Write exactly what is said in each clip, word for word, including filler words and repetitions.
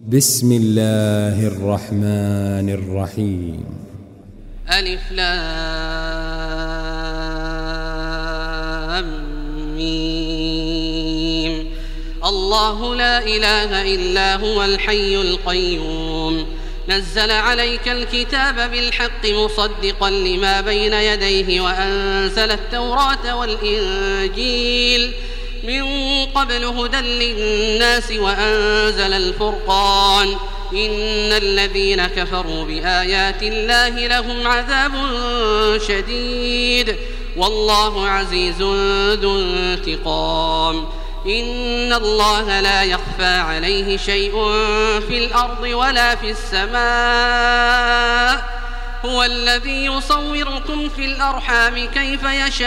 بسم الله الرحمن الرحيم. ألف لام ميم. الله لا إله إلا هو الحي القيوم نزل عليك الكتاب بالحق مصدقا لما بين يديه وأنزل التوراة والإنجيل من قبل هدى للناس وأنزل الفرقان إن الذين كفروا بآيات الله لهم عذاب شديد والله عزيز ذو انتقام. إن الله لا يخفى عليه شيء في الأرض ولا في السماء هو الذي يصوركم في الأرحام كيف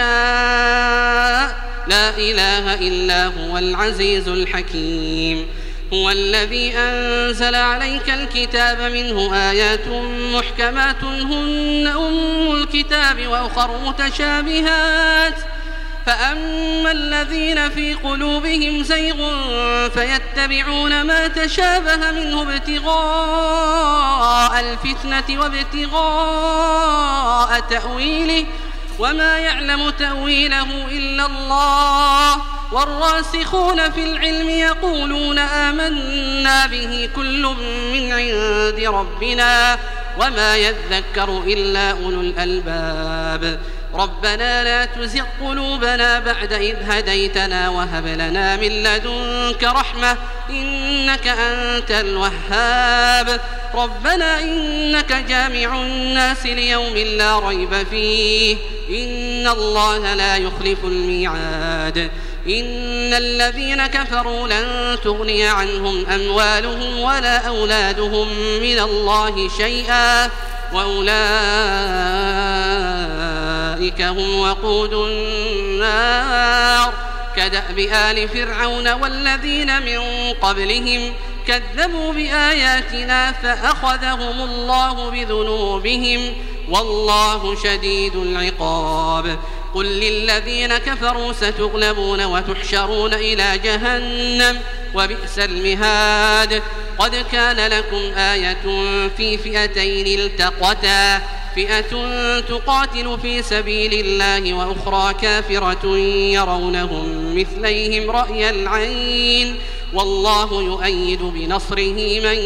يشاء لا إله إلا هو العزيز الحكيم. هو الذي أنزل عليك الكتاب منه آيات محكمات هن أم الكتاب وأخر متشابهات فأما الذين في قلوبهم زيغ فيتبعون ما تشابه منه ابتغاء الفتنة وابتغاء تأويله وما يعلم تأويله إلا الله والراسخون في العلم يقولون آمنا به كل من عند ربنا وما يذكر إلا أولو الألباب. ربنا لا تزغ قلوبنا بعد إذ هديتنا وهب لنا من لدنك رحمة إنك أنت الوهاب. ربنا إنك جامع الناس ليوم لا ريب فيه إن الله لا يخلف الميعاد. إن الذين كفروا لن تغني عنهم أموالهم ولا أولادهم من الله شيئا وأولئك هم وقود النار كدأب آل فرعون والذين من قبلهم كذبوا بآياتنا فأخذهم الله بذنوبهم والله شديد العقاب. قل للذين كفروا ستغلبون وتحشرون إلى جهنم وبئس المهاد. قد كان لكم آية في فئتين التقتا فئة تقاتل في سبيل الله وأخرى كافرة يرونهم مثليهم رأي العين والله يؤيد بنصره من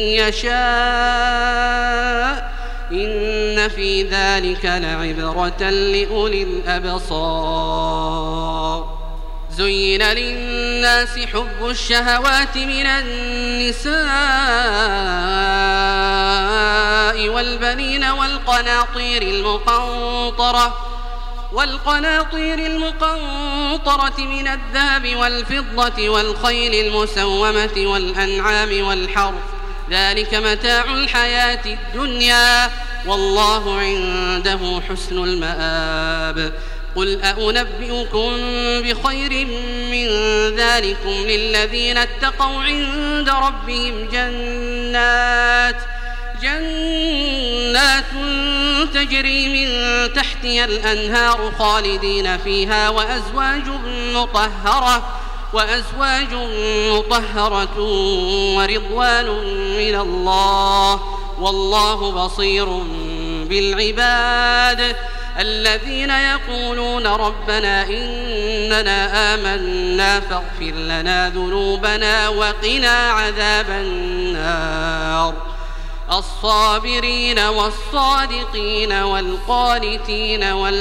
يشاء إن في ذلك لعبرة لأولي الأبصار. زين للناس حب الشهوات من النساء والبنين والقناطير المقنطرة والقناطير المقنطرة من الذهب والفضة والخيل المسومة والأنعام والحرث ذلك متاع الحياة الدنيا والله عنده حسن المآب. قل أنبئكم بخير من ذلكم للذين اتقوا عند ربهم جنات جنات تجري من تحتها الأنهار خالدين فيها وأزواج مطهرة وأزواج مطهرة ورضوان من الله والله بصير بالعباد. الذين يقولون ربنا إننا آمنا فاغفر لنا ذنوبنا وقنا عذاب النار. الصابرين والصادقين والقانتين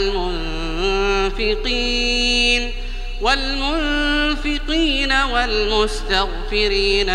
والمنفقين والمنفقين والمستغفرين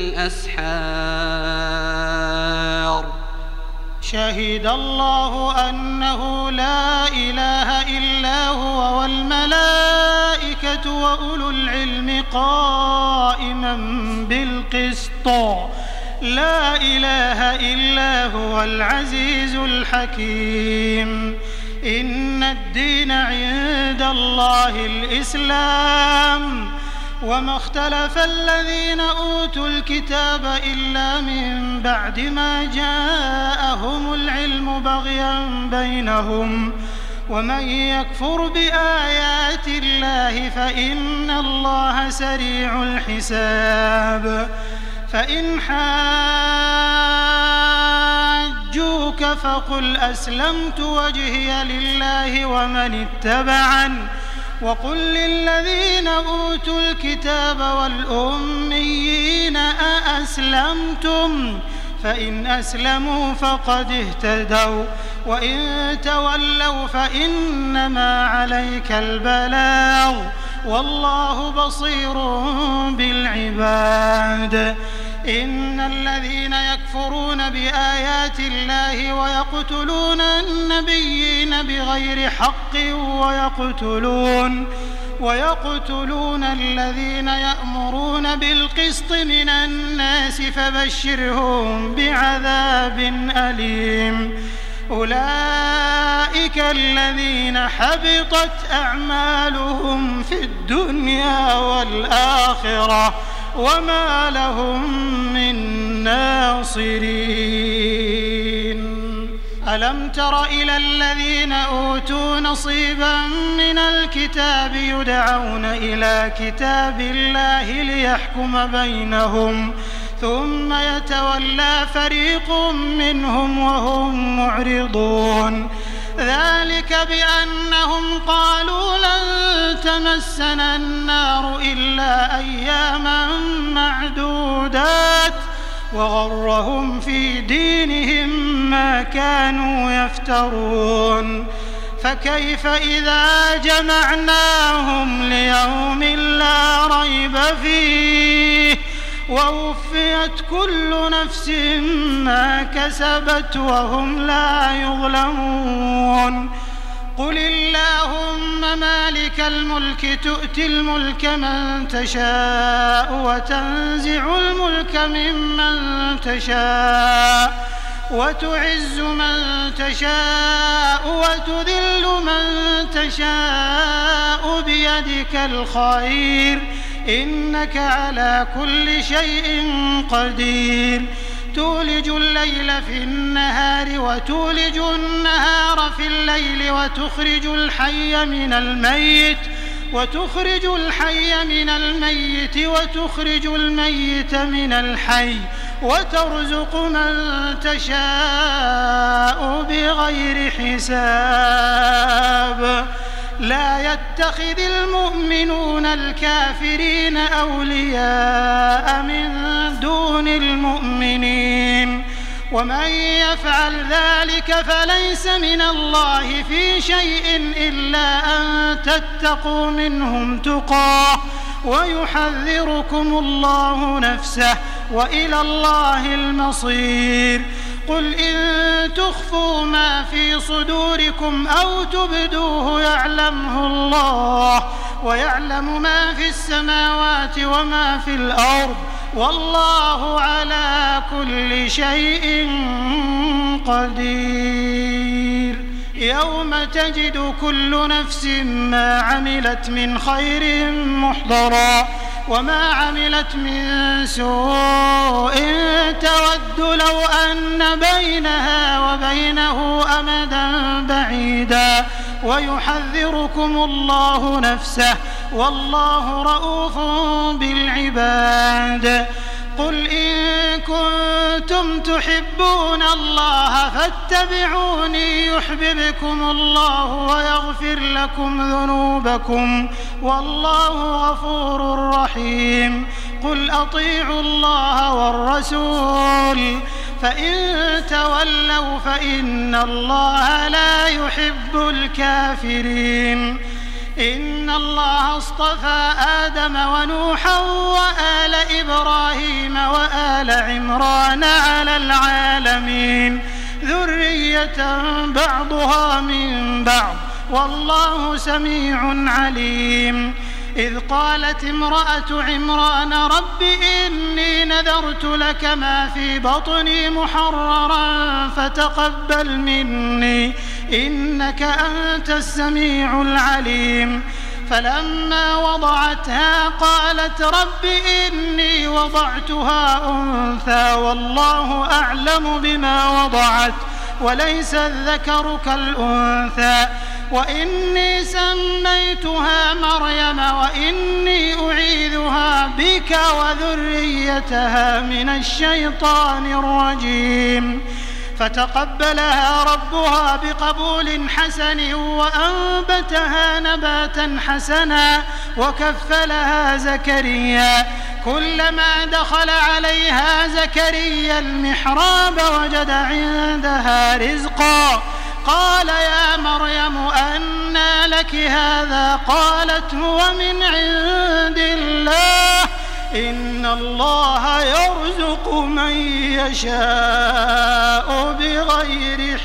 بالأسحار. شهد الله أنه لا إله إلا هو والملائكة وأولو العلم قائما بالقسط لا إله إلا هو العزيز الحكيم. إن الدين عند الله الإسلام وما اختلف الذين أوتوا الكتاب إلا من بعد ما جاءهم العلم بغيا بينهم ومن يكفر بآيات الله فإن الله سريع الحساب. فإن حاجوك فقل أسلمت وجهي لله ومن اتبعني وقل للذين أوتوا الكتاب والأميين أأسلمتم فإن أسلموا فقد اهتدوا وإن تولوا فإنما عليك البلاغ والله بصير بالعباد. إن الذين يكفرون بآيات الله ويقتلون النبيين بغير حق ويقتلون ويقتلون الذين يأمرون بالقسط من الناس فبشرهم بعذاب أليم. أولئك الذين حبطت أعمالهم في الدنيا والآخرة وما لهم من ناصرين. ألم تر إلى الذين أوتوا نصيبا من الكتاب يدعون إلى كتاب الله ليحكم بينهم ثم يتولى فريق منهم وهم معرضون. ذلك بأنهم قالوا لن تمسنا النار إلا أياما معدودات وغرهم في دينهم ما كانوا يفترون. فكيف إذا جمعناهم ليوم لا ريب فيه ووفيت كل نفس ما كسبت وهم لا يظلمون. قل اللهم مالك الملك تؤتي الملك من تشاء وتنزع الملك ممن تشاء وتعز من تشاء وتذل من تشاء بيدك الخير إنك على كل شيء قدير. تولج الليل في النهار وتولج النهار في الليل وتخرج الحي من الميت وتخرج الحي من الميت وتخرج الميت من الحي وترزق من تشاء بغير حساب. لا يتخذ المؤمنون الكافرين أولياء من دون المؤمنين ومن يفعل ذلك فليس من الله في شيء إلا أن تتقوا منهم تقاه ويحذركم الله نفسه وإلى الله المصير. قل إن تخفوا ما في صدوركم أو تبدوه يعلمه الله ويعلم ما في السماوات وما في الأرض والله على كل شيء قدير. يوم تجد كل نفس ما عملت من خير محضرا وما عملت من سوء تود لو أن بينها وبينه أمدا بعيدا ويحذركم الله نفسه والله رؤوف بالعباد. قل إن كنتم تحبون الله فاتبعوني يحببكم الله ويغفر لكم ذنوبكم والله غفور رحيم. قل أطيعوا الله والرسول فإن تولوا فإن الله لا يحب الكافرين. إن الله اصطفى آدم ونوحا وآل إبراهيم وآل عمران على العالمين ذرية بعضها من بعض والله سميع عليم. إذ قالت امرأة عمران رب إني نذرت لك ما في بطني محررا فتقبل مني إنك أنت السميع العليم. فلما وضعتها قالت رب إني وضعتها أنثى والله أعلم بما وضعت وليس الذكر كالأنثى وإني سميتها مريم وإني أعيذها بك وذريتها من الشيطان الرجيم. فتقبلها ربها بقبول حسن وأنبتها نباتا حسنا وكفلها زكريا. كلما دخل عليها زكريا المحراب وجد عندها رزقا قال يا مريم أنى لك هذا؟ قالت هو من عند الله إن الله يرزق من يشاء بغير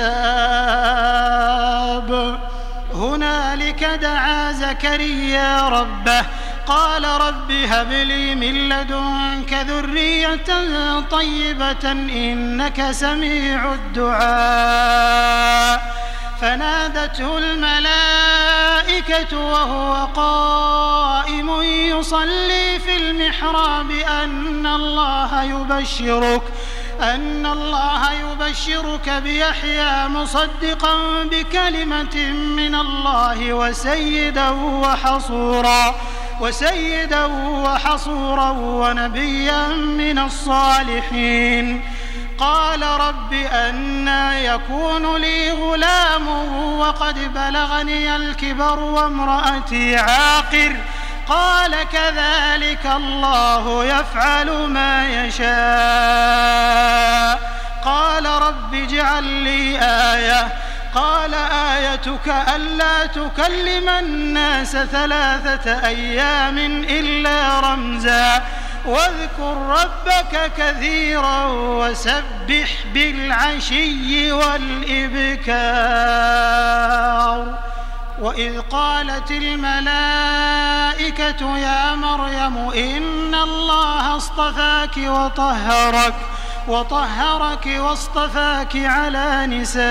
حساب. هنالك دعا زكريا ربه قال رب هب لي من لدنك ذرية طيبة إنك سميع الدعاء. فنادته الملائكة وهو قائم يصلي في المحراب أن الله يبشرك أن الله يبشرك بيحيى مصدقا بكلمة من الله وسيدا وحصورا وسيدا وحصورا ونبيا من الصالحين. قال رب أنى يكون لي غلام وقد بلغني الكبر وامرأتي عاقر؟ قال كذلك الله يفعل ما يشاء. قال رب اجعل لي آية. قال آيتك ألا تكلم الناس ثلاثة أيام إلا رمزا واذكر ربك كثيرا وسبح بالعشي والإبكار. وإذ قالت الملائكة يا مريم إن الله اصطفاك وطهرك وطهرك واصطفاك على نساء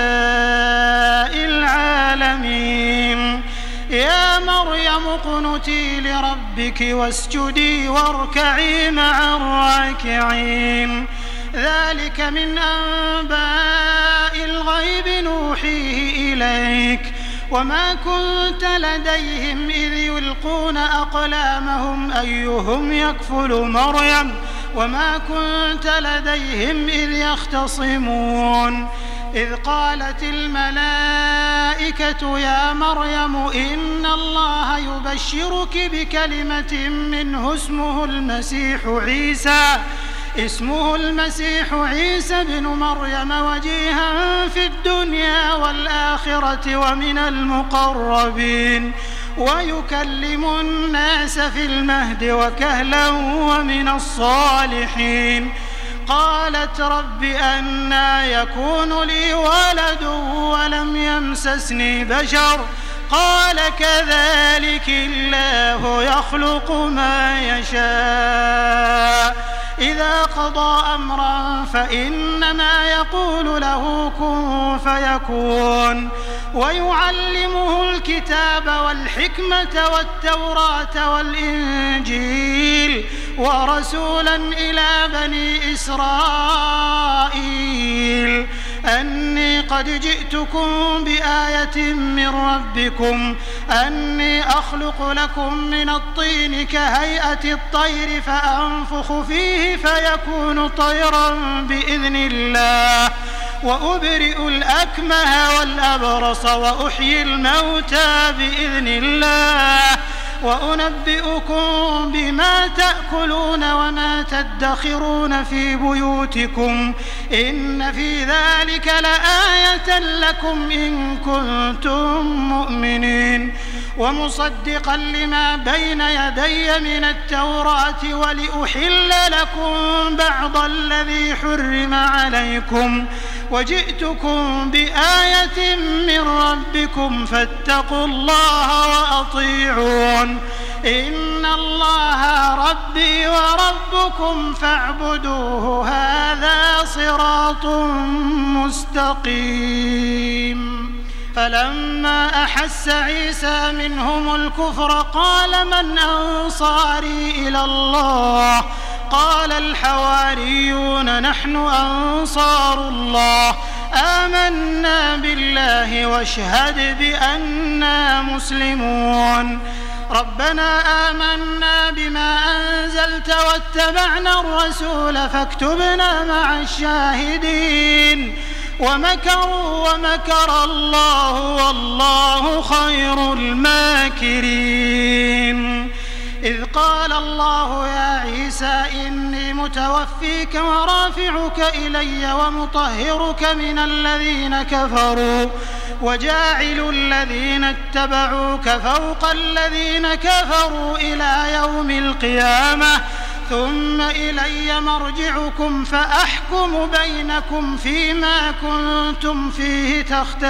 العالمين. يا مريم اقنتي لربك واسجدي واركعي مع الراكعين. ذلك من أنباء الغيب نوحيه إليك وما كنت لديهم إذ يلقون أقلامهم أيهم يكفل مريم وما كنت لديهم إذ يختصمون. إذ قالت الملائكة يا مريم إن الله يبشرك بكلمة منه اسمه المسيح عيسى اسمه المسيح عيسى بن مريم وجيها في الدنيا والآخرة ومن المقربين ويكلم الناس في المهد وكهلا ومن الصالحين. قالت رب أنى يكون لي ولد ولم يمسسني بشر؟ قال كذلك الله يخلق ما يشاء. إذا قضى أمرا فإنما يقول له كن فيكون. ويعلمه الكتاب والحكمة والتوراة والإنجيل ورسولا إلى بني إسرائيل أني قد جئتكم بآية من ربكم أني أخلق لكم من الطين كهيئة الطير فأنفخ فيه فيكون طيرا بإذن الله وأبرئ الأكمه والأبرص وأحيي الموتى بإذن الله وأنبئكم بما تأكلون وما تدخرون في بيوتكم إن في ذلك لآية لكم إن كنتم مؤمنين. ومصدقا لما بين يدي من التوراة ولأحل لكم بعض الذي حرم عليكم وجئتكم بآية من ربكم فاتقوا الله وأطيعون. إن الله ربي وربكم فاعبدوه هذا صراط مستقيم. فلما أحس عيسى منهم الكفر قال من أنصاري إلى الله؟ قال الحواريون نحن أنصار الله آمنا بالله واشهد بأننا مسلمون ربنا آمنا بما أنزلت واتبعنا الرسول فاكتبنا مع الشاهدين ومكروا ومكر الله والله خير الماكرين إذ قال الله يا عيسى إني متوفيك ورافعك إلي ومطهرك من الذين كفروا وجاعل الذين اتبعوك فوق الذين كفروا إلى يوم القيامة ثم إلي مرجعكم فأحكم بينكم فيما كنتم فيه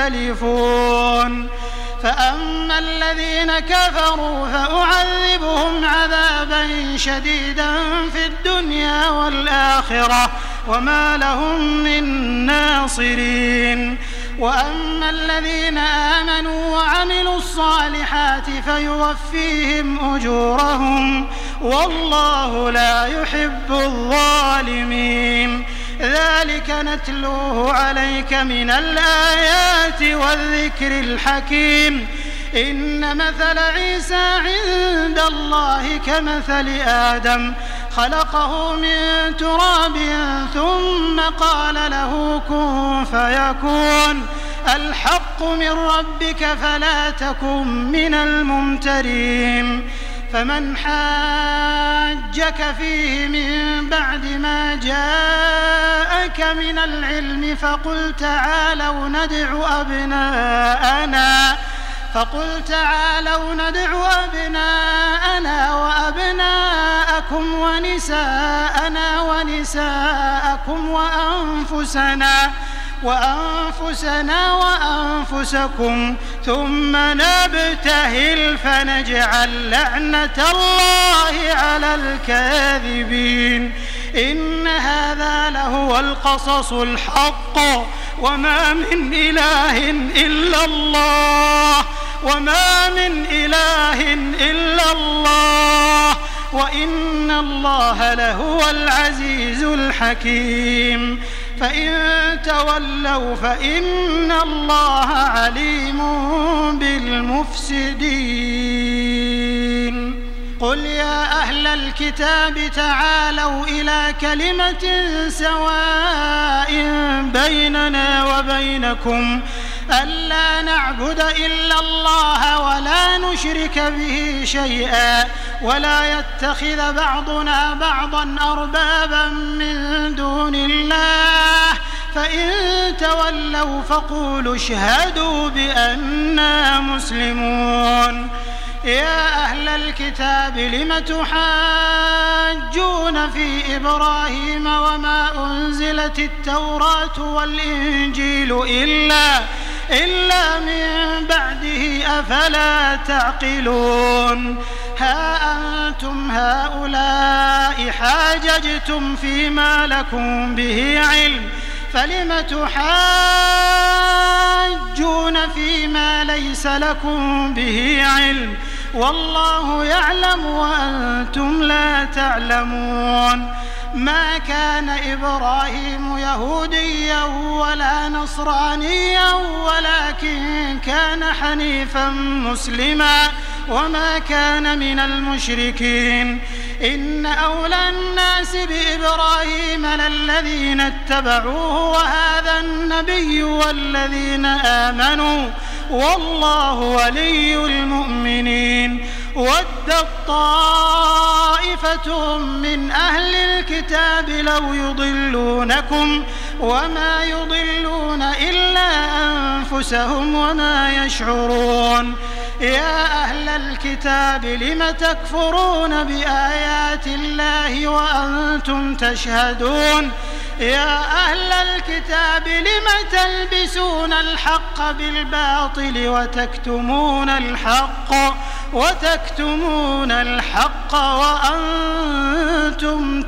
تختلفون فأما الذين كفروا فأعذبهم عذابا شديدا في الدنيا والآخرة وما لهم من ناصرين وأما الذين آمنوا وعملوا الصالحات فيوفيهم أجورهم والله لا يحب الظالمين ذلك نتلوه عليك من الآيات والذكر الحكيم إن مثل عيسى عند الله كمثل آدم خلقه من تراب ثم قال له كن فيكون الحق من ربك فلا تكن من الممترين فمن حاجك فيه من بعد ما جاءك من العلم فقل تعالوا ندع أبناءنا فقل تعالوا ندع أبناءنا وأبناءكم ونساءنا ونساءكم وأنفسنا وأنفسنا وأنفسكم ثم نبتهل فنجعل لعنة الله على الكاذبين إن هذا لهو القصص الحق وما من إله إلا الله وما من إله إلا الله وإن الله لهو العزيز الحكيم فإن تولوا فإن الله عليم بالمفسدين قل يا أهل الكتاب تعالوا إلى كلمة سواء بيننا وبينكم ألا نعبد إلا الله ولا نشرك به شيئا ولا يتخذ بعضنا بعضا أربابا من دون الله فإن تولوا فقولوا اشهدوا بأننا مسلمون يا أهل الكتاب لم تحاجون في إبراهيم وما أنزلت التوراة والإنجيل إلا إلا من بعده أفلا تعقلون ها أنتم هؤلاء حاججتم فيما لكم به علم فلم تحاجون فيما ليس لكم به علم والله يعلم وأنتم لا تعلمون ما كان إبراهيم يهوديا ولا نصرانيا ولكن كان حنيفا مسلما وما كان من المشركين إن أولى الناس بإبراهيم للذين اتبعوه وهذا النبي والذين آمنوا والله ولي المؤمنين ودت طائفة من أهل الكتاب لو يضلونكم وما يضلون إلا أنفسهم وما يشعرون يا أهل الكتاب لم تكفرون بآيات الله وأنتم تشهدون يا أهل الكتاب لم تلبسون الحق بالباطل وتكتمون الحق وتكتمون الحق وأنتم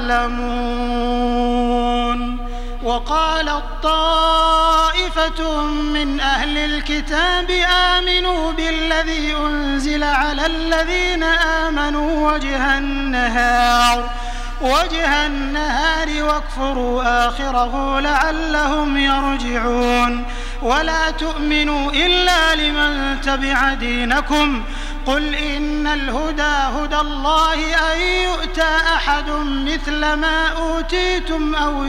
تعلمون وقالت طائفة من أهل الكتاب آمنوا بالذي أنزل على الذين آمنوا وجه النهار وجه النهار واكفروا آخره لعلهم يرجعون ولا تؤمنوا إلا لمن تبع دينكم قل إن الهدى هدى الله أن يؤتى أحد مثل ما أوتيتم أو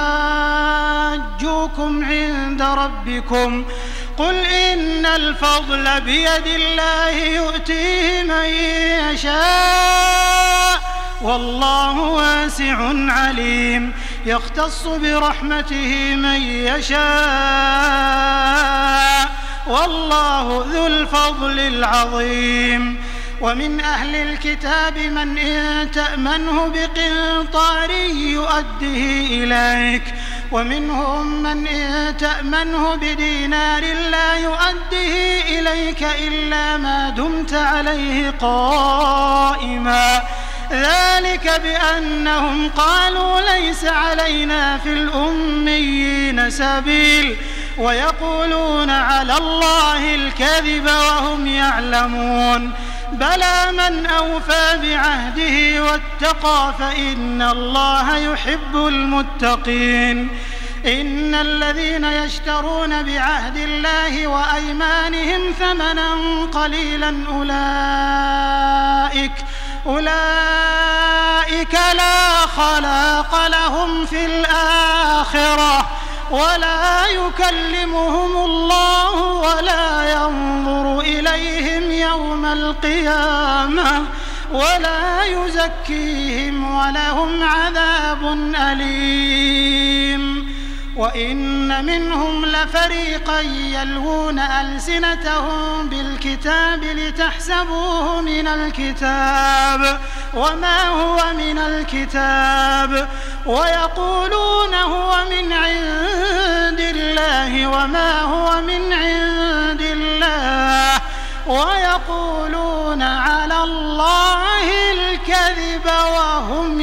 يحاجوكم عند ربكم قل إن الفضل بيد الله يؤتيه من يشاء والله واسع عليم يختص برحمته من يشاء والله ذو الفضل العظيم ومن أهل الكتاب من إن تأمنه بقنطار يؤده إليك ومنهم من إن تأمنه بدينار لا يؤده إليك إلا ما دمت عليه قائما ذلك بأنهم قالوا ليس علينا في الأميين سبيل ويقولون على الله الكذب وهم يعلمون بلى من أوفى بعهده واتقى فإن الله يحب المتقين إن الذين يشترون بعهد الله وأيمانهم ثمنا قليلا أولئك أولئك لا خلاق لهم في الآخرة ولا يكلمهم الله ولا ينظر إليهم يوم القيامة ولا يزكيهم ولهم عذاب أليم وإن منهم لفريقا يلوون ألسنتهم بالكتاب لتحسبوه من الكتاب وما هو من الكتاب ويقولون هو من عند الله وما هو من عند الله ويقولون على الله الكذب وهم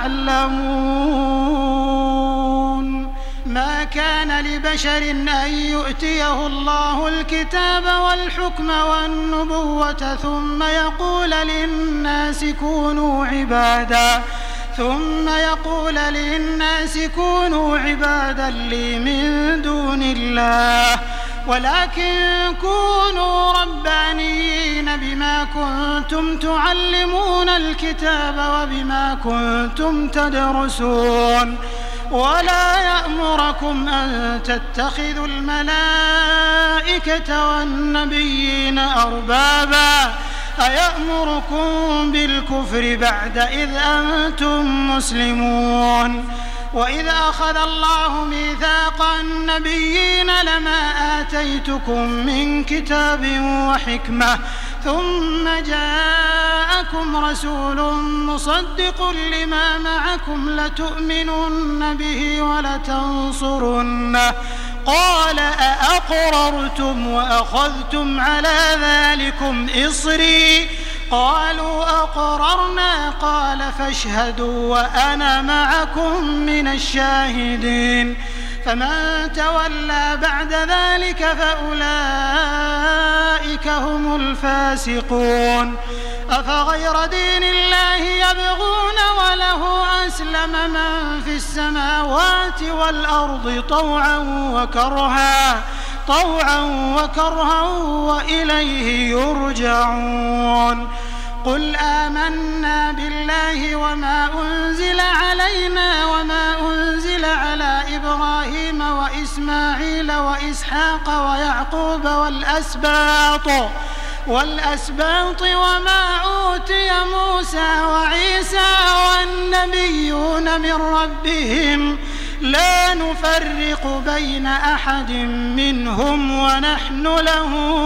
يعلمون ما كان لبشر أن يؤتيه الله الكتاب والحكم والنبوة ثم يقول للناس كونوا عبادا ثم يقول للناس كونوا عبادا لي من دون الله ولكن كونوا ربانيين بما كنتم تعلمون الكتاب وبما كنتم تدرسون ولا يأمركم أن تتخذوا الملائكة والنبيين أربابا أيأمركم بالكفر بعد إذ أنتم مسلمون وإذ أخذ الله ميثاق النبيين لما آتيتكم من كتاب وحكمة ثم جاءكم رسول مصدق لما معكم لتؤمنن به ولتنصرنه قال أأقررتم وأخذتم على ذلكم إصري قالوا أقررنا قال فاشهدوا وأنا معكم من الشاهدين فمن تولى بعد ذلك فأولئك هم الفاسقون أفغير دين الله يبغون وله أسلم من في السماوات والأرض طوعا وكرها طوعا وكرها وإليه يرجعون قل آمنا بالله وما أنزل علينا وما أنزل على إبراهيم وإسماعيل وإسحاق ويعقوب والأسباط والأسباط وما أوتي موسى وعيسى والنبيون من ربهم لا نفرق بين أحد منهم ونحن له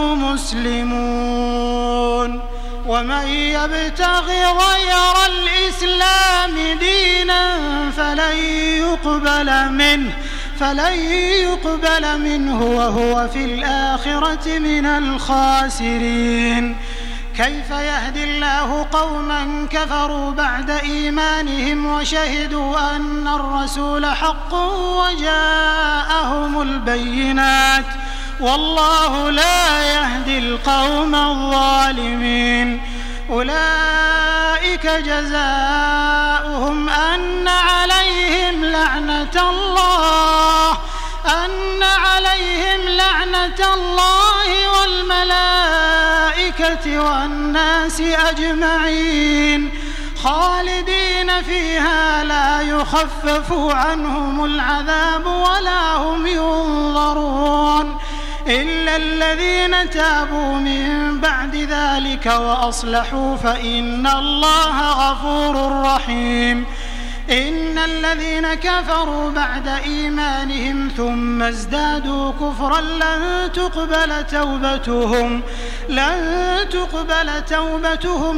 مسلمون ومن يبتغ غير الإسلام دينا فلن يقبل منه فلن يقبل منه وهو في الآخرة من الخاسرين كيف يهدي الله قوما كفروا بعد إيمانهم وشهدوا أن الرسول حق وجاءهم البينات والله لا يهدي القوم الظالمين أولئك جزاؤهم أن عليهم لعنة الله أن عليهم لعنة الله والملائكة والناس أجمعين خالدين فيها لا يخفف عنهم العذاب ولا هم ينظرون إلا الذين تابوا من بعد ذلك وأصلحوا فإن الله غفور رحيم. إن الذين كفروا بعد إيمانهم ثم ازدادوا كفرا لن تقبل توبتهم لن تقبل توبتهم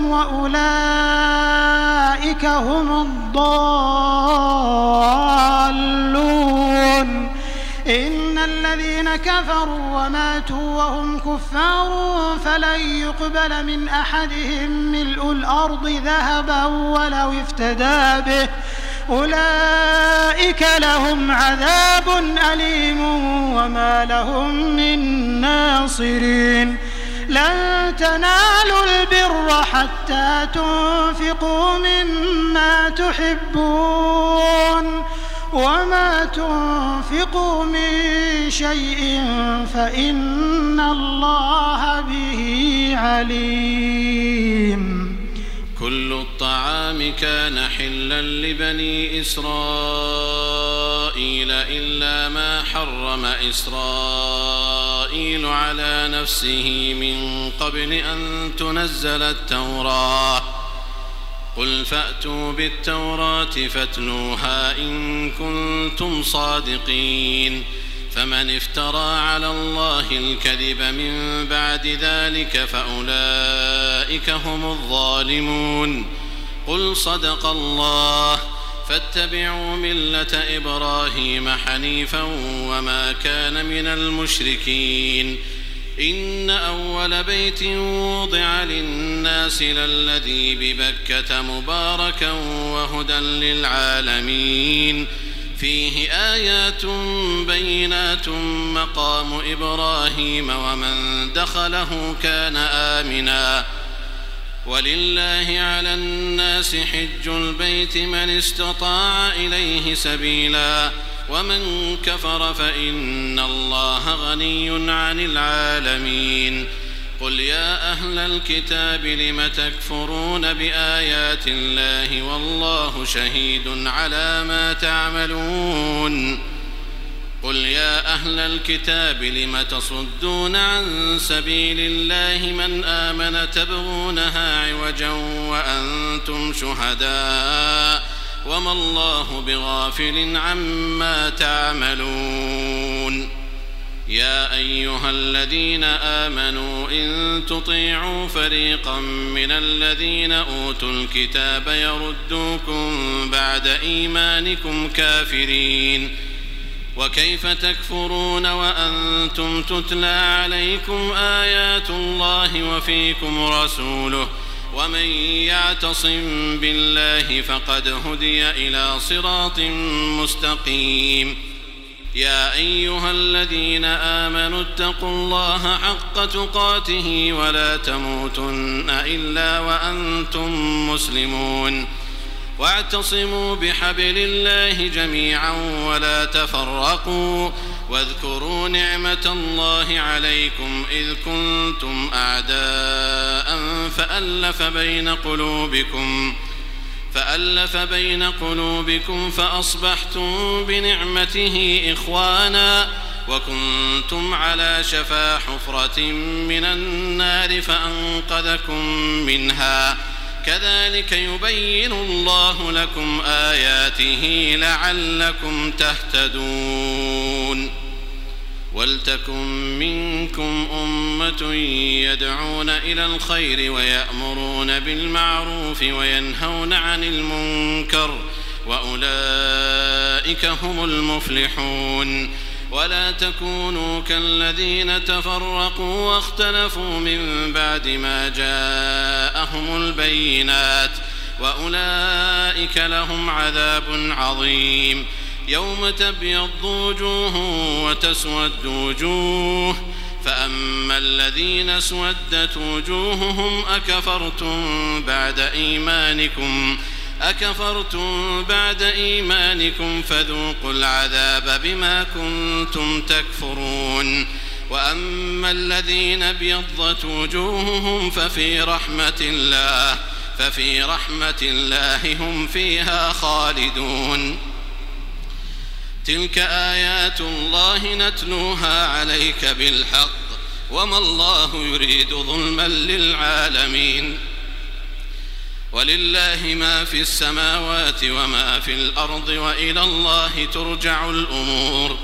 وأولئك هم الضالون. إن الذين كفروا وماتوا وهم كفار فلن يقبل من أحدهم ملء الأرض ذهبا ولو افتدى به أولئك لهم عذاب أليم وما لهم من ناصرين. لن تنالوا البر حتى تنفقوا مما تحبون وما تنفقوا من شيء فإن الله به عليم. كل الطعام كان حلا لبني إسرائيل إلا ما حرم إسرائيل على نفسه من قبل أن تنزل التوراة قل فأتوا بالتوراة فاتلوها إن كنتم صادقين. فمن افترى على الله الكذب من بعد ذلك فأولئك هم الظالمون. قل صدق الله فاتبعوا ملة إبراهيم حنيفا وما كان من المشركين. إن أول بيت وضع للناس للذي ببكة مباركا وهدى للعالمين فيه آيات بينات مقام إبراهيم ومن دخله كان آمنا ولله على الناس حج البيت من استطاع إليه سبيلا ومن كفر فإن الله غني عن العالمين. قل يا أهل الكتاب لم تكفرون بآيات الله والله شهيد على ما تعملون. قل يا أهل الكتاب لم تصدون عن سبيل الله من آمن تبغونها عوجا وأنتم شهداء وما الله بغافل عما تعملون. يا أيها الذين آمنوا إن تطيعوا فريقا من الذين أوتوا الكتاب يردوكم بعد إيمانكم كافرين وكيف تكفرون وأنتم تتلى عليكم آيات الله وفيكم رسوله ومن يعتصم بالله فقد هدي إلى صراط مستقيم. يا أيها الذين آمنوا اتقوا الله حق تقاته ولا تموتن إلا وأنتم مسلمون واعتصموا بحبل الله جميعا ولا تفرقوا واذكروا نعمة الله عليكم إذ كنتم أعداء فألف بين قلوبكم فألف بين قلوبكم فأصبحتم بنعمته إخوانا وكنتم على شفا حفرة من النار فأنقذكم منها كذلك يبين الله لكم آياته لعلكم تهتدون. ولتكن منكم أمة يدعون إلى الخير ويأمرون بالمعروف وينهون عن المنكر وأولئك هم المفلحون. ولا تكونوا كالذين تفرقوا واختلفوا من بعد ما جاءهم البينات وأولئك لهم عذاب عظيم. يوم تبيض وجوه وتسود وجوه فأما الذين اسودت وجوههم أكفرتم بعد إيمانكم أكفرتم بعد إيمانكم فذوقوا العذاب بما كنتم تكفرون وأما الذين ابيضت وجوههم ففي رحمة الله ففي رحمة الله هم فيها خالدون تلك آيات الله نتلوها عليك بالحق وما الله يريد ظلما للعالمين ولله ما في السماوات وما في الأرض وإلى الله ترجع الأمور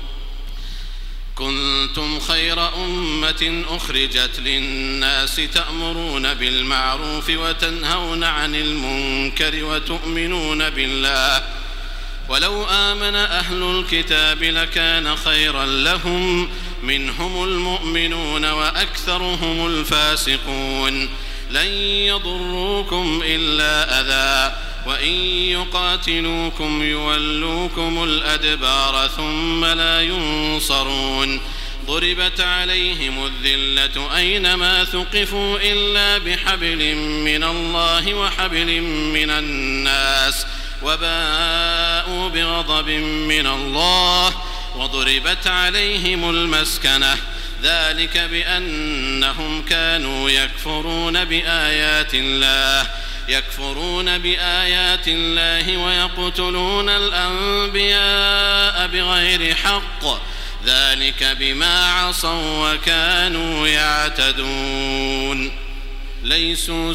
كنتم خير أمة أخرجت للناس تأمرون بالمعروف وتنهون عن المنكر وتؤمنون بالله ولو آمن أهل الكتاب لكان خيرا لهم منهم المؤمنون وأكثرهم الفاسقون لن يضروكم إلا أذى وإن يقاتلوكم يولوكم الأدبار ثم لا ينصرون ضربت عليهم الذلة أينما ثقفوا إلا بحبل من الله وحبل من الناس وباءوا بغضب من الله وضربت عليهم المسكنة ذلك بأنهم كانوا يكفرون بآيات الله يكفرون بآيات الله ويقتلون الأنبياء بغير حق ذلك بما عصوا وكانوا يعتدون ليسوا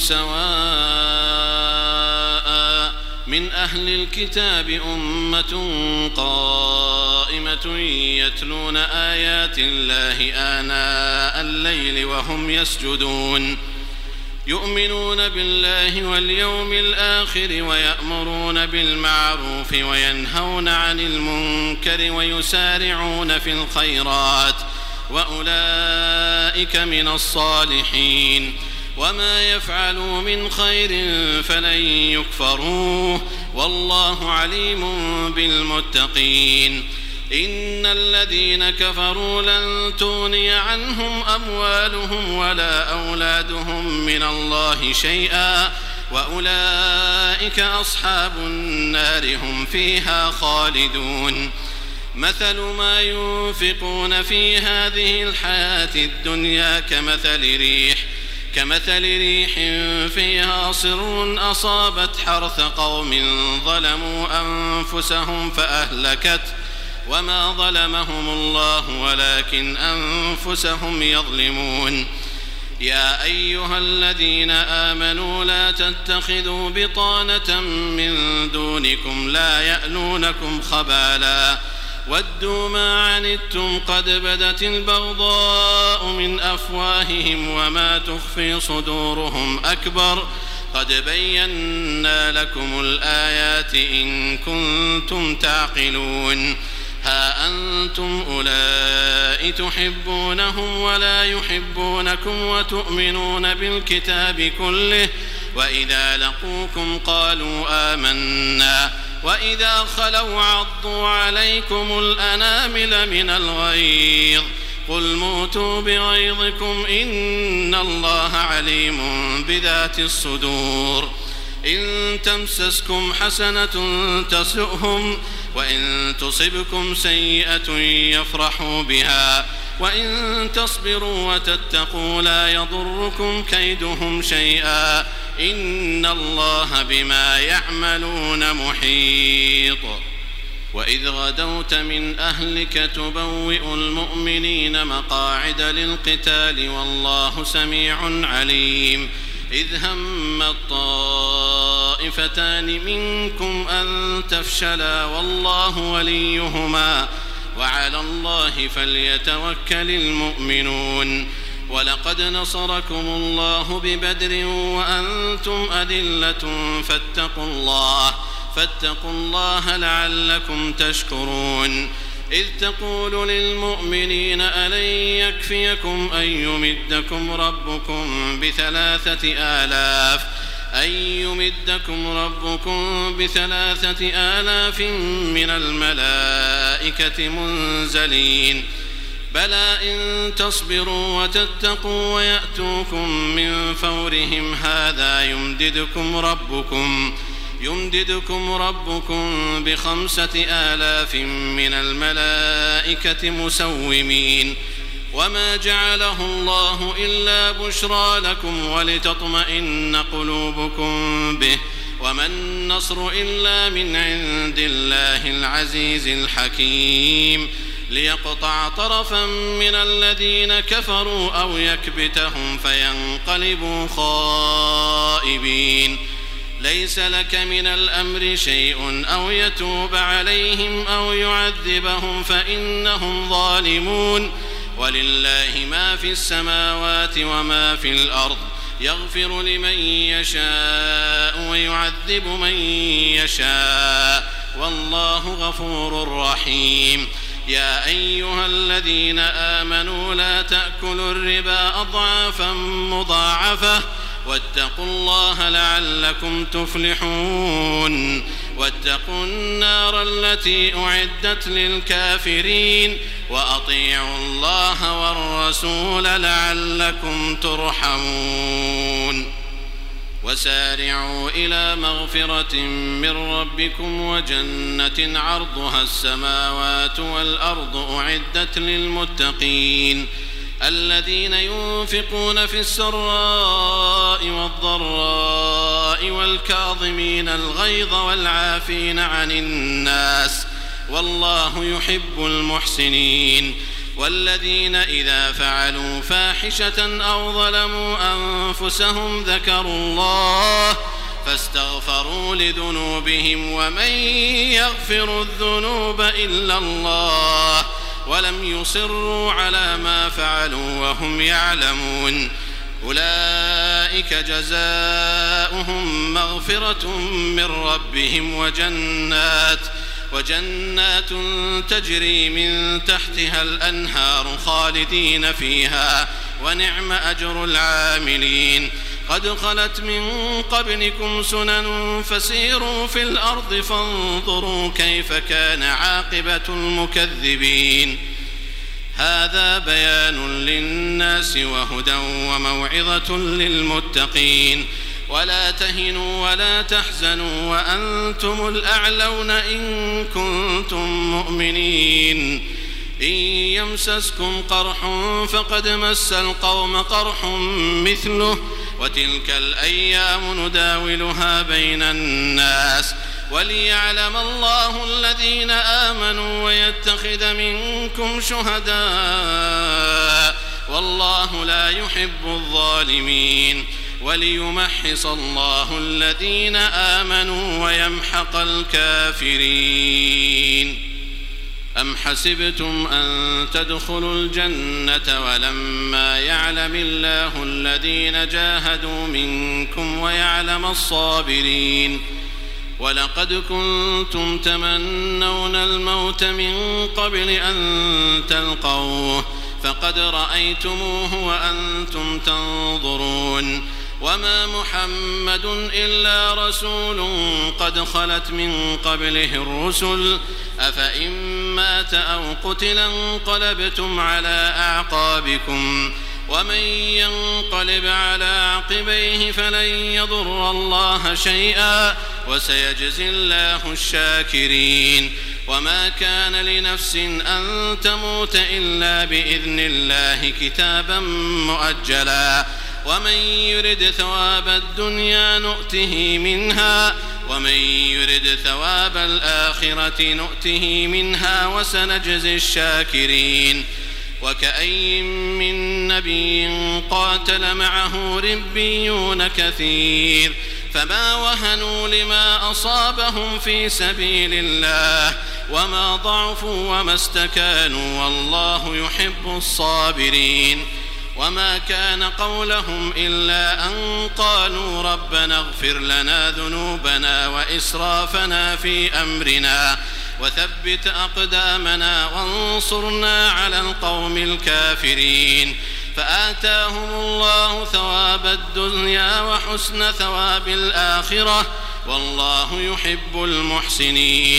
سواء من أهل الكتاب أمة قائمة يتلون آيات الله آناء الليل وهم يسجدون يؤمنون بالله واليوم الآخر ويأمرون بالمعروف وينهون عن المنكر ويسارعون في الخيرات وأولئك من الصالحين وما يفعلوا من خير فلن يكفروه والله عليم بالمتقين إن الذين كفروا لن تغني عنهم أموالهم ولا أولادهم من الله شيئا وأولئك أصحاب النار هم فيها خالدون مثل ما ينفقون في هذه الحياة الدنيا كمثل ريح كمثل ريح فيها صر أصابت حرث قوم ظلموا أنفسهم فأهلكت وما ظلمهم الله ولكن أنفسهم يظلمون يا أيها الذين آمنوا لا تتخذوا بطانة من دونكم لا يألونكم خبالا ودوا ما عنتم قد بدت البغضاء من أفواههم وما تخفي صدورهم أكبر قد بينا لكم الآيات إن كنتم تعقلون ها أنتم أولئك تحبونهم ولا يحبونكم وتؤمنون بالكتاب كله وإذا لقوكم قالوا آمنا وإذا خلوا عضوا عليكم الأنامل من الغيظ قل موتوا بغيظكم إن الله عليم بذات الصدور إن تمسسكم حسنة تسؤهم وإن تصبكم سيئة يفرحوا بها وإن تصبروا وتتقوا لا يضركم كيدهم شيئا إن الله بما يعملون محيط وإذ غدوت من أهلك تبوئ المؤمنين مقاعد للقتال والله سميع عليم إذ هم الطائفتان منكم أن تفشلا والله وليهما وعلى الله فليتوكل المؤمنون ولقد نصركم الله ببدر وأنتم أذلة فاتقوا الله فاتقوا الله لعلكم تشكرون إذ تقول للمؤمنين ألن يكفيكم أن يمدكم ربكم بثلاثة آلاف أن يمدكم ربكم بثلاثة آلاف من الملائكة منزلين بلى إن تصبروا وتتقوا ويأتوكم من فورهم هذا يمددكم ربكم يمددكم ربكم بخمسة آلاف من الملائكة مسومين وما جعله الله إلا بشرى لكم ولتطمئن قلوبكم به وما النصر إلا من عند الله العزيز الحكيم ليقطع طرفا من الذين كفروا أو يكبتهم فينقلبوا خائبين ليس لك من الأمر شيء أو يتوب عليهم أو يعذبهم فإنهم ظالمون ولله ما في السماوات وما في الأرض يغفر لمن يشاء ويعذب من يشاء والله غفور رحيم يا أيها الذين آمنوا لا تأكلوا الربا أضعافا مضاعفة واتقوا الله لعلكم تفلحون واتقوا النار التي أعدت للكافرين وأطيعوا الله والرسول لعلكم ترحمون وسارعوا إلى مغفرة من ربكم وجنة عرضها السماوات والأرض أعدت للمتقين الذين ينفقون في السراء والضراء والكاظمين الغيظ والعافين عن الناس والله يحب المحسنين والذين إذا فعلوا فاحشة أو ظلموا أنفسهم ذكروا الله فاستغفروا لذنوبهم ومن يغفر الذنوب إلا الله ولم يصروا على ما فعلوا وهم يعلمون أولئك جزاؤهم مغفرة من ربهم وجنات وجنات تجري من تحتها الأنهار خالدين فيها ونعم أجر العاملين قد خلت من قبلكم سنن فسيروا في الأرض فانظروا كيف كان عاقبة المكذبين هذا بيان للناس وهدى وموعظة للمتقين ولا تهنوا ولا تحزنوا وأنتم الأعلون إن كنتم مؤمنين إن يمسسكم قرح فقد مس القوم قرح مثله وتلك الأيام نداولها بين الناس وليعلم الله الذين آمنوا ويتخذ منكم شهداء والله لا يحب الظالمين وليمحص الله الذين آمنوا ويمحق الكافرين أم حسبتم أن تدخلوا الجنة ولما يعلم الله الذين جاهدوا منكم ويعلم الصابرين ولقد كنتم تمنون الموت من قبل أن تلقوه فقد رأيتموه وأنتم تنظرون وما محمد إلا رسول قد خلت من قبله الرسل أفإن مات أو قتل انقلبتم على أعقابكم ومن ينقلب على عقبيه فلن يضر الله شيئا وسيجزي الله الشاكرين وما كان لنفس أن تموت إلا بإذن الله كتابا مؤجلا ومن يرد ثواب الدنيا نؤته منها ومن يرد ثواب الآخرة نؤته منها وسنجزي الشاكرين وكأي من نبي قاتل معه ربيون كثير فما وهنوا لما أصابهم في سبيل الله وما ضعفوا وما استكانوا والله يحب الصابرين وما كان قولهم إلا أن قالوا ربنا اغفر لنا ذنوبنا وإسرافنا في أمرنا وثبت أقدامنا وانصرنا على القوم الكافرين فآتاهم الله ثواب الدنيا وحسن ثواب الآخرة والله يحب المحسنين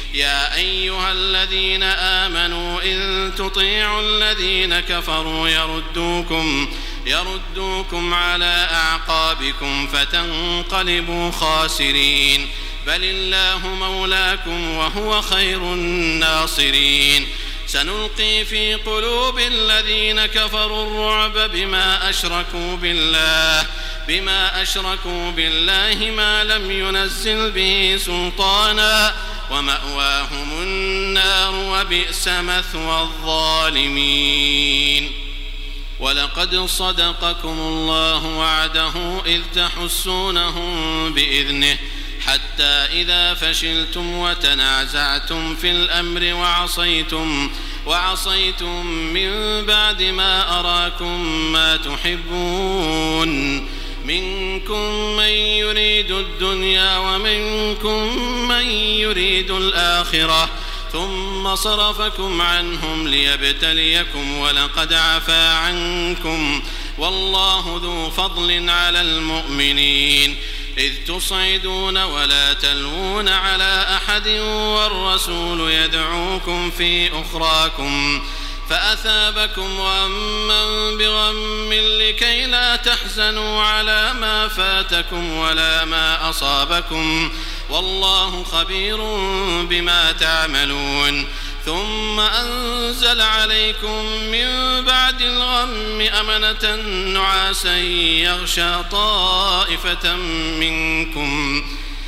يا أيها الذين آمنوا إن تطيعوا الذين كفروا يردوكم يردوكم على أعقابكم فتنقلبوا خاسرين بل الله مولاكم وهو خير الناصرين سنلقي في قلوب الذين كفروا الرعب بما أشركوا بالله بما أشركوا بالله ما لم ينزل به سلطانا ومأواهم النار وبئس مثوى الظالمين ولقد صدقكم الله وعده إذ تحسونهم بإذنه حتى إذا فشلتم وتنازعتم في الأمر وعصيتم وعصيتم من بعد ما أراكم ما تحبون منكم من يريد الدنيا ومنكم من يريد الآخرة ثم صرفكم عنهم ليبتليكم ولقد عفا عنكم والله ذو فضل على المؤمنين إذ تصعدون ولا تلوون على أحد والرسول يدعوكم في أخراكم فأثابكم غما بغم لكي لا تحزنوا على ما فاتكم ولا ما أصابكم والله خبير بما تعملون ثم أنزل عليكم من بعد الغم أمنة نعاسا يغشى طائفة منكم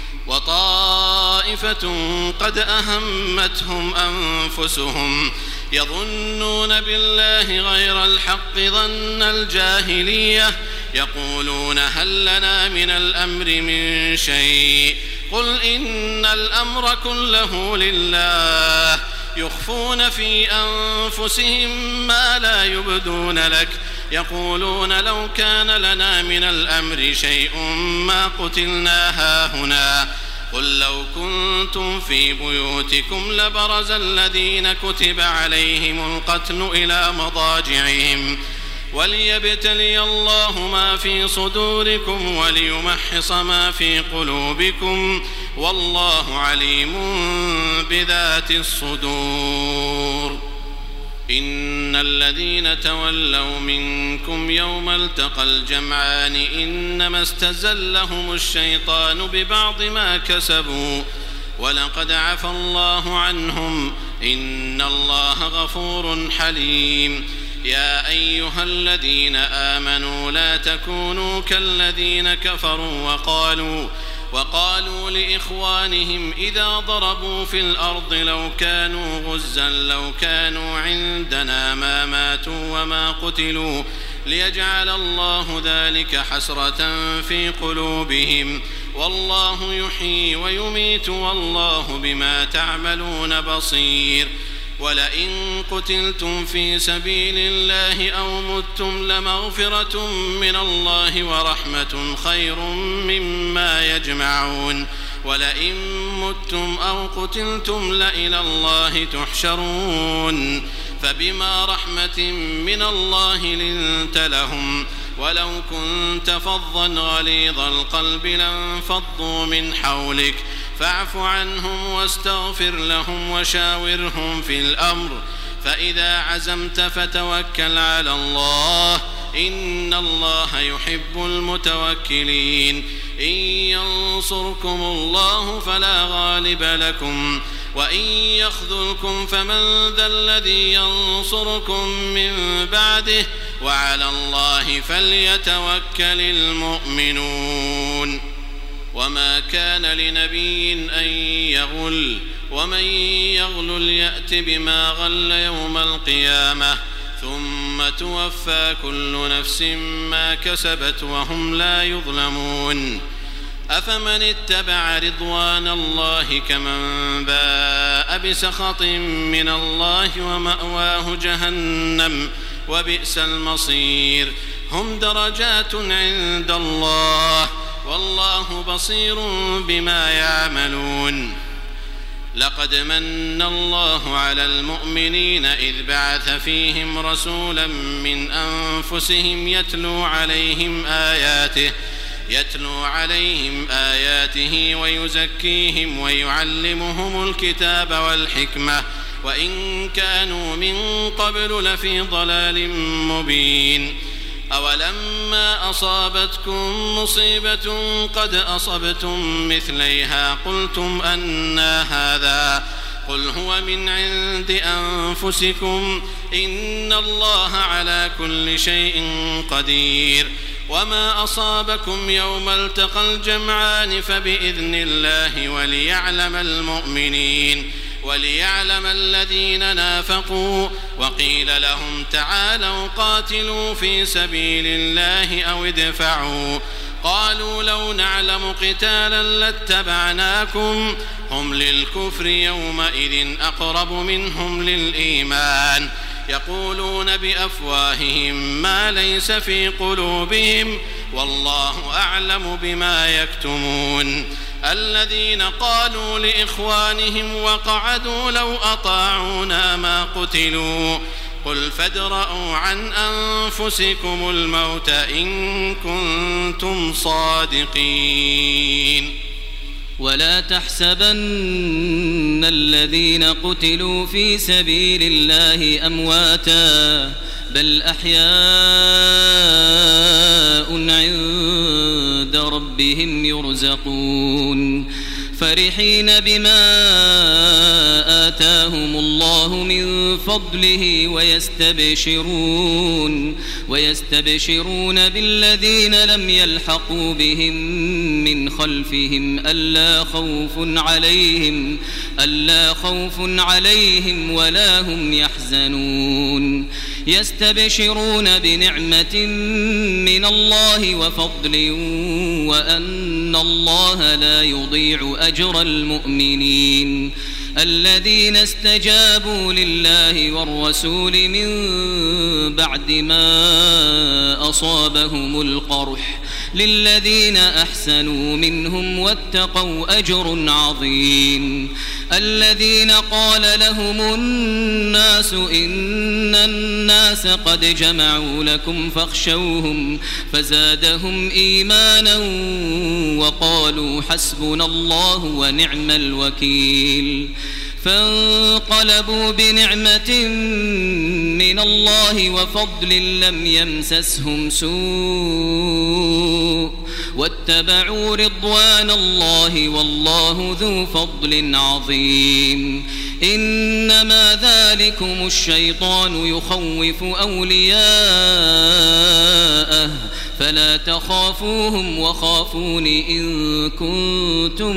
وطائفة قد أهمتهم أنفسهم يظنون بالله غير الحق ظن الجاهلية يقولون هل لنا من الأمر من شيء قل إن الأمر كله لله يخفون في أنفسهم ما لا يبدون لك يقولون لو كان لنا من الأمر شيء ما قتلنا هاهنا قل لو كنتم في بيوتكم لبرز الذين كتب عليهم القتل إلى مضاجعهم وليبتلي الله ما في صدوركم وليمحص ما في قلوبكم والله عليم بذات الصدور إن الذين تولوا منكم يوم التقى الجمعان إنما استزلهم الشيطان ببعض ما كسبوا ولقد عفى الله عنهم إن الله غفور حليم يا أيها الذين آمنوا لا تكونوا كالذين كفروا وقالوا وقالوا لإخوانهم إذا ضربوا في الأرض لو كانوا غزا لو كانوا عندنا ما ماتوا وما قتلوا ليجعل الله ذلك حسرة في قلوبهم والله يحيي ويميت والله بما تعملون بصير ولئن قتلتم في سبيل الله أو متم لمغفرة من الله ورحمة خير مما يجمعون ولئن متم أو قتلتم لإلى الله تحشرون فبما رحمة من الله لنت لهم ولو كنت فظا غليظ القلب لانفضوا من حولك فاعف عنهم واستغفر لهم وشاورهم في الأمر فإذا عزمت فتوكل على الله إن الله يحب المتوكلين إن ينصركم الله فلا غالب لكم وإن يخذلكم فمن ذا الذي ينصركم من بعده وعلى الله فليتوكل المؤمنون وما كان لنبي أن يغل ومن يغلل يأت بما غل يوم القيامة ثم توفى كل نفس ما كسبت وهم لا يظلمون أفمن اتبع رضوان الله كمن باء بسخط من الله ومأواه جهنم وبئس المصير هم درجات عند الله والله بصير بما يعملون لقد من الله على المؤمنين إذ بعث فيهم رسولا من أنفسهم يتلو عليهم آياته يتلو عليهم آياته ويزكيهم ويعلمهم الكتاب والحكمة وإن كانوا من قبل لفي ضلال مبين. أولما أصابتكم مصيبة قد أصبتم مثليها قلتم أنى هذا قل هو من عند أنفسكم إن الله على كل شيء قدير. وما أصابكم يوم التقى الجمعان فبإذن الله وليعلم المؤمنين وليعلم الذين نافقوا. وقيل لهم تعالوا قاتلوا في سبيل الله أو ادفعوا قالوا لو نعلم قتالا لاتبعناكم هم للكفر يومئذ أقرب منهم للإيمان يقولون بأفواههم ما ليس في قلوبهم والله أعلم بما يكتمون. الذين قالوا لإخوانهم وقعدوا لو أطاعونا ما قتلوا قل فادرءوا عن أنفسكم الموت إن كنتم صادقين. ولا تحسبن الذين قتلوا في سبيل الله أمواتا بل أحياء عند ربهم يرزقون فرحين بما آتاهم الله من فضله ويستبشرون ويستبشرون بالذين لم يلحقوا بهم من خلفهم ألا خوف عليهم ألا خوف عليهم ولا هم يحزنون يستبشرون بنعمة من الله وفضل وأن الله لا يضيع أجر المؤمنين. الذين استجابوا لله والرسول من بعد ما أصابهم القرح للذين أحسنوا منهم واتقوا أجر عظيم. الذين قال لهم الناس إن الناس قد جمعوا لكم فاخشوهم فزادهم إيمانا وقالوا حسبنا الله ونعم الوكيل. فانقلبوا بنعمة من الله وفضل لم يمسسهم سوء واتبعوا رضوان الله والله ذو فضل عظيم. إنما ذلكم الشيطان يخوف أولياءه فلا تخافوهم وخافون إن كنتم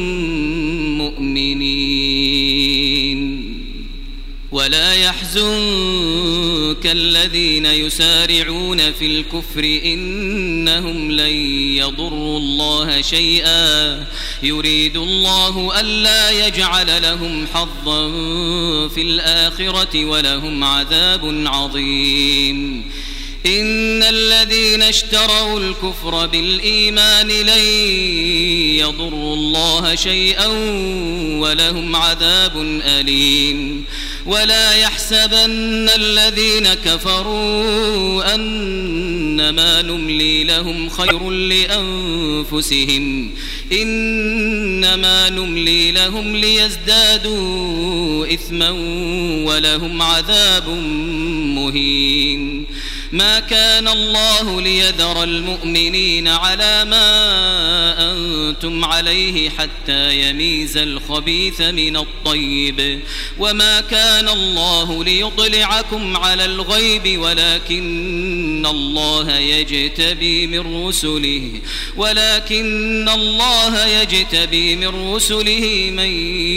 مؤمنين. ولا يحزنك الذين يسارعون في الكفر إنهم لن يضروا الله شيئا يريد الله ألا يجعل لهم حظا في الآخرة ولهم عذاب عظيم. إن الذين اشتروا الكفر بالإيمان لن يضروا الله شيئا ولهم عذاب أليم. ولا يحسبن الذين كفروا أنما نملي لهم خير لأنفسهم إنما نملي لهم ليزدادوا إثما ولهم عذاب مهين. ما كان الله ليذر المؤمنين على ما أنتم عليه حتى يميز الخبيث من الطيب وما كان الله ليطلعكم على الغيب ولكن الله يجتبي من رسله ولكن الله يجتبي من رسله من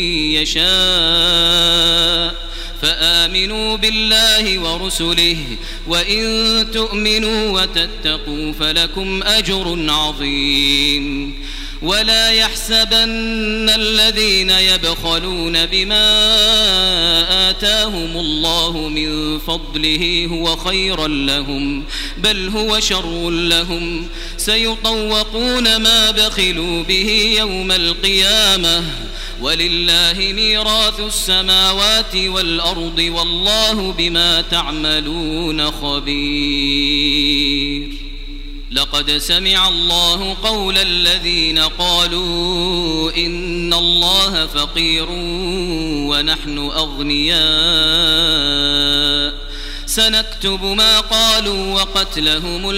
يشاء فآمنوا بالله ورسله وإن تؤمنوا وتتقوا فلكم أجر عظيم. ولا يحسبن الذين يبخلون بما آتاهم الله من فضله هو خيرا لهم بل هو شر لهم سيطوقون ما بخلوا به يوم القيامة ولله ميراث السماوات والأرض والله بما تعملون خبير. لقد سمع الله قول الذين قالوا إن الله فقير ونحن أغنياء سنكتب ما قالوا وقتلهم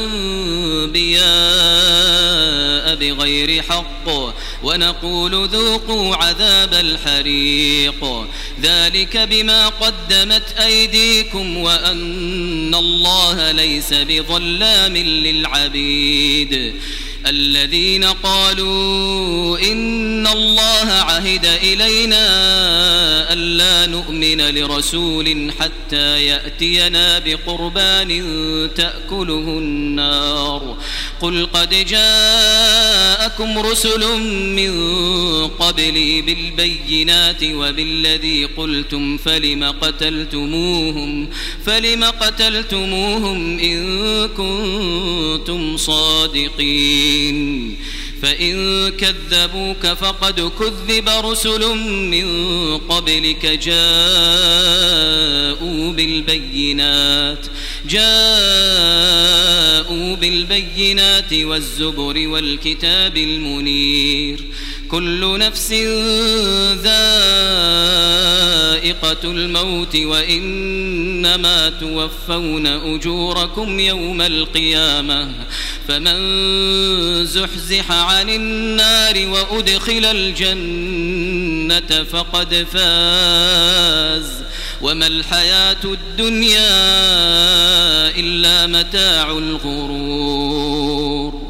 الأنبياء بغير حق ونقول ذوقوا عذاب الحريق ذلك بما قدمت أيديكم وأن الله ليس بظلام للعبيد الذين قالوا إن الله عهد إلينا ألا نؤمن لرسول حتى يأتينا بقربان تأكله النار قل قد جاءكم رسل من قبلي بالبينات وبالذي قلتم فلم قتلتموهم فلم قتلتموهم إن كنتم صادقين فإن كذبوك فقد كذب رسل من قبلك جاءوا بالبينات جاءوا بالبينات والزبر والكتاب المنير كل نفس ذائقة الموت وإنما توفون أجوركم يوم القيامة فمن زحزح عن النار وأدخل الجنة فقد فاز وما الحياة الدنيا إلا متاع الغرور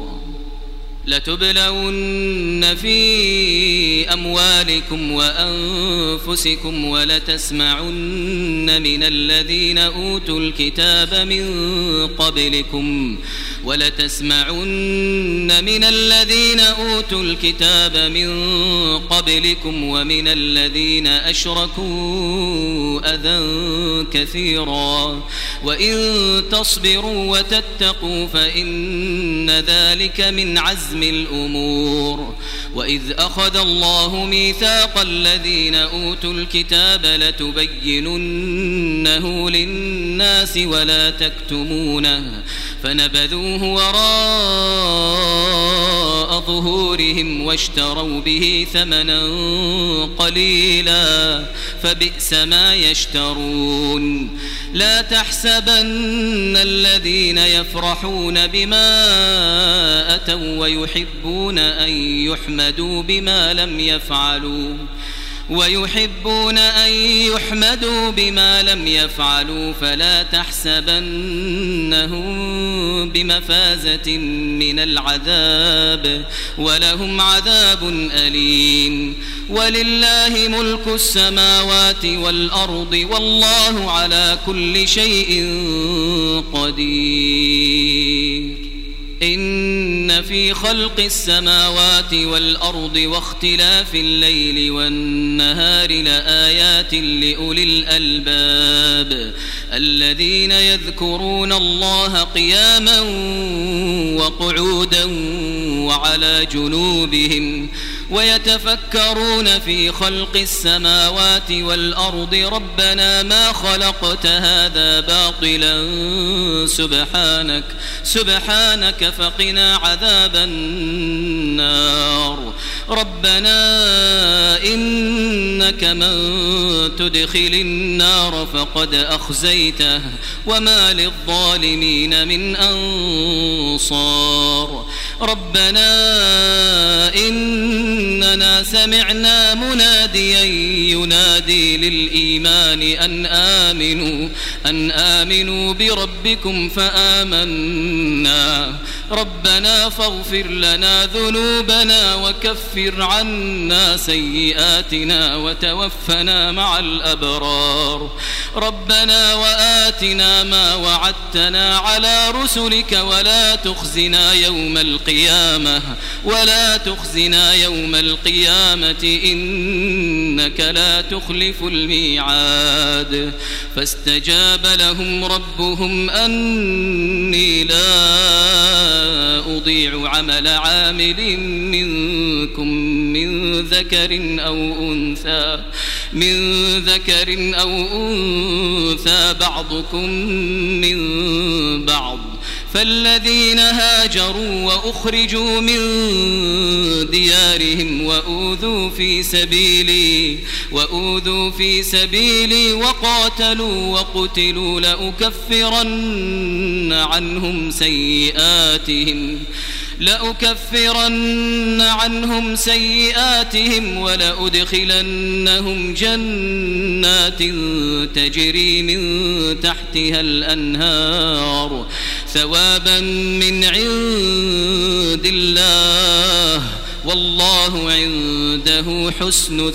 لتبلون في أموالكم وأنفسكم ولتسمعن من الذين أوتوا الكتاب من قبلكم ولتسمعن من الذين أوتوا الكتاب من قبلكم ومن الذين أشركوا أذى كثيرا وإن تصبروا وتتقوا فإن ذلك من عزم الأمور وإذ أخذ الله ميثاق الذين أوتوا الكتاب لتبيننه للناس ولا تكتمونه فنبذوه وراء ظهورهم واشتروا به ثمنا قليلا فبئس ما يشترون لا تحسبن الذين يفرحون بما أتوا ويحبون أن يحمدوا بما لم يفعلوا ويحبون أن يحمدوا بما لم يفعلوا فلا تحسبنهم بمفازة من العذاب ولهم عذاب أليم ولله ملك السماوات والأرض والله على كل شيء قدير إن في خلق السماوات والأرض واختلاف الليل والنهار لآيات لأولي الألباب الذين يذكرون الله قياما وقعودا وعلى جنوبهم ويتفكرون في خلق السماوات والأرض ربنا ما خلقت هذا باطلا سبحانك سبحانك فقنا عذاب النار ربنا إنك من تدخل النار فقد أخزيته وما للظالمين من أنصار ربنا إننا سمعنا مناديا ينادي للإيمان أن آمنوا أن آمنوا بربكم فآمنا ربنا فاغفر لنا ذنوبنا وكفر عنا سيئاتنا وتوفنا مع الأبرار ربنا وآتنا ما وعدتنا على رسلك ولا تخزنا يوم القيامة ولا تخزنا يوم القيامة إنك لا تخلف الميعاد فاستجاب لهم ربهم أني لا أضيع عمل عامل منكم من ذكر أو أنثى من ذكر أو أنثى بعضكم من بعض فالذين هاجروا وأخرجوا من ديارهم وأوذوا في سبيلي وأوذوا في سبيلي وقاتلوا وقتلوا لأكفرن عنهم سيئاتهم لأكفرن عنهم سيئاتهم ولأدخلنهم جنات تجري من تحتها الأنهار ثوابا من عند الله والله عنده حسن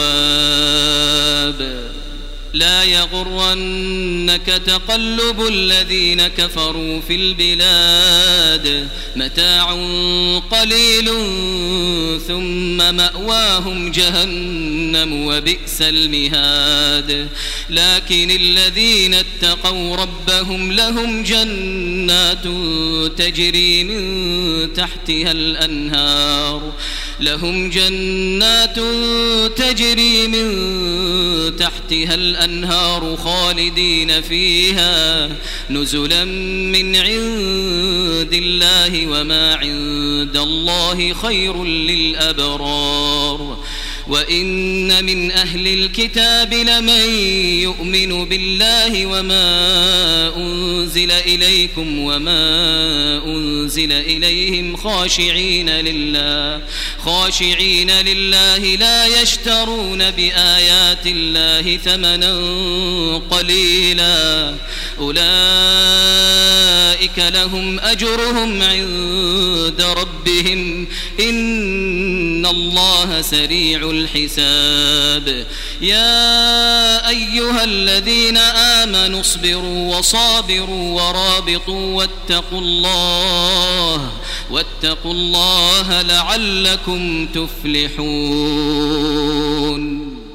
الثواب. لا يغرنك تقلب الذين كفروا في البلاد متاع قليل ثم مأواهم جهنم وبئس المهاد. لكن الذين اتقوا ربهم لهم جنات تجري من تحتها الأنهار لهم جنات تجري من تحتها الأنهار خالدين فيها نزلا من عند الله وما عند الله خير للأبرار. وإن من أهل الكتاب لمن يؤمن بالله وما أنزل إليكم وما أنزل إليهم خاشعين لله خاشعين لله لا يشترون بآيات الله ثمنا قليلا أولئك لهم أجرهم عند ربهم إن الله سريع الحساب. يا أيها الذين آمنوا اصبروا وصابروا ورابطوا واتقوا الله واتقوا الله لعلكم تفلحون.